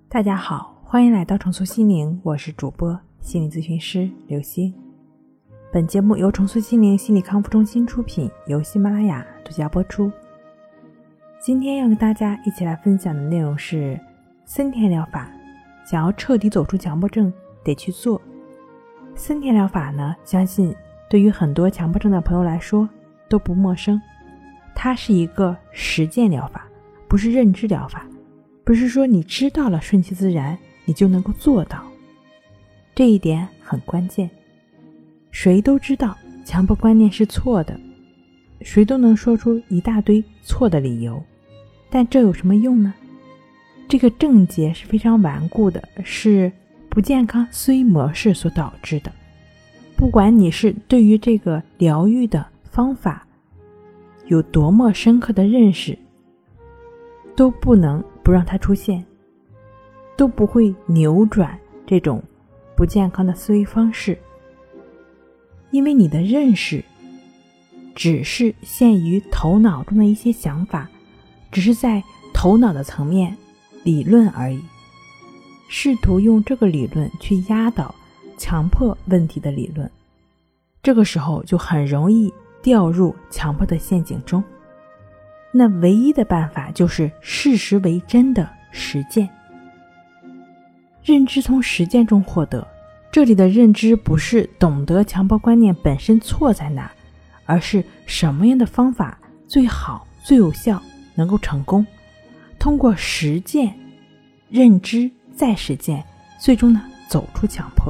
大家好，欢迎来到重塑心灵，我是主播心理咨询师刘星。本节目由重塑心灵心理康复中心出品，由喜马拉雅独家播出。今天要跟大家一起来分享的内容是森田疗法，想要彻底走出强迫症得去做。森田疗法呢，相信对于很多强迫症的朋友来说都不陌生，它是一个实践疗法，不是认知疗法，不是说你知道了顺其自然你就能够做到，这一点很关键。谁都知道强迫观念是错的，谁都能说出一大堆错的理由，但这有什么用呢？这个症结是非常顽固的，是不健康思维模式所导致的。不管你是对于这个疗愈的方法有多么深刻的认识，都不能不让它出现，都不会扭转这种不健康的思维方式。因为你的认识只是限于头脑中的一些想法，只是在头脑的层面理论而已，试图用这个理论去压倒强迫问题的理论，这个时候就很容易掉入强迫的陷阱中。那唯一的办法就是事实为真的实践，认知从实践中获得。这里的认知不是懂得强迫观念本身错在哪，而是什么样的方法最好最有效能够成功。通过实践认知再实践，最终呢走出强迫。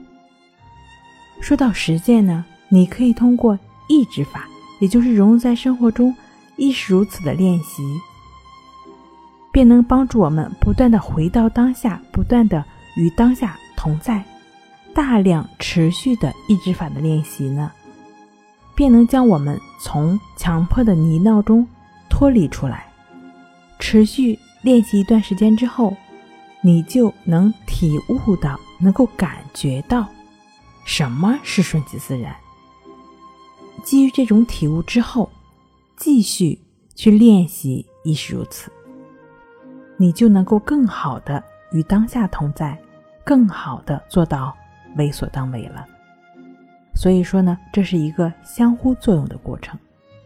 说到实践呢，你可以通过意志法，也就是融入在生活中亦是如此的练习，便能帮助我们不断的回到当下，不断的与当下同在。大量持续的意志法的练习呢，便能将我们从强迫的泥淖中脱离出来。持续练习一段时间之后，你就能体悟到，能够感觉到什么是顺其自然。基于这种体悟之后，继续去练习亦是如此，你就能够更好的与当下同在，更好的做到为所当为了。所以说呢，这是一个相互作用的过程。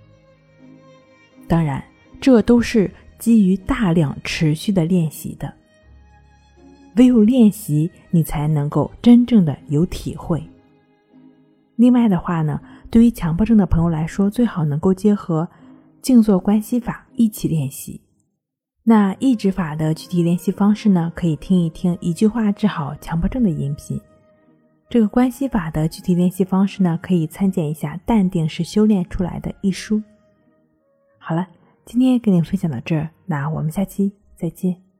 当然，这都是基于大量持续的练习的，唯有练习你才能够真正的有体会。另外的话呢，对于强迫症的朋友来说，最好能够结合静坐观息法一起练习。那意志法的具体练习方式呢，可以听一听一句话治好强迫症的音频。这个观息法的具体练习方式呢，可以参见一下《淡定是修炼出来的》一书。好了，今天跟您分享到这儿，那我们下期再见。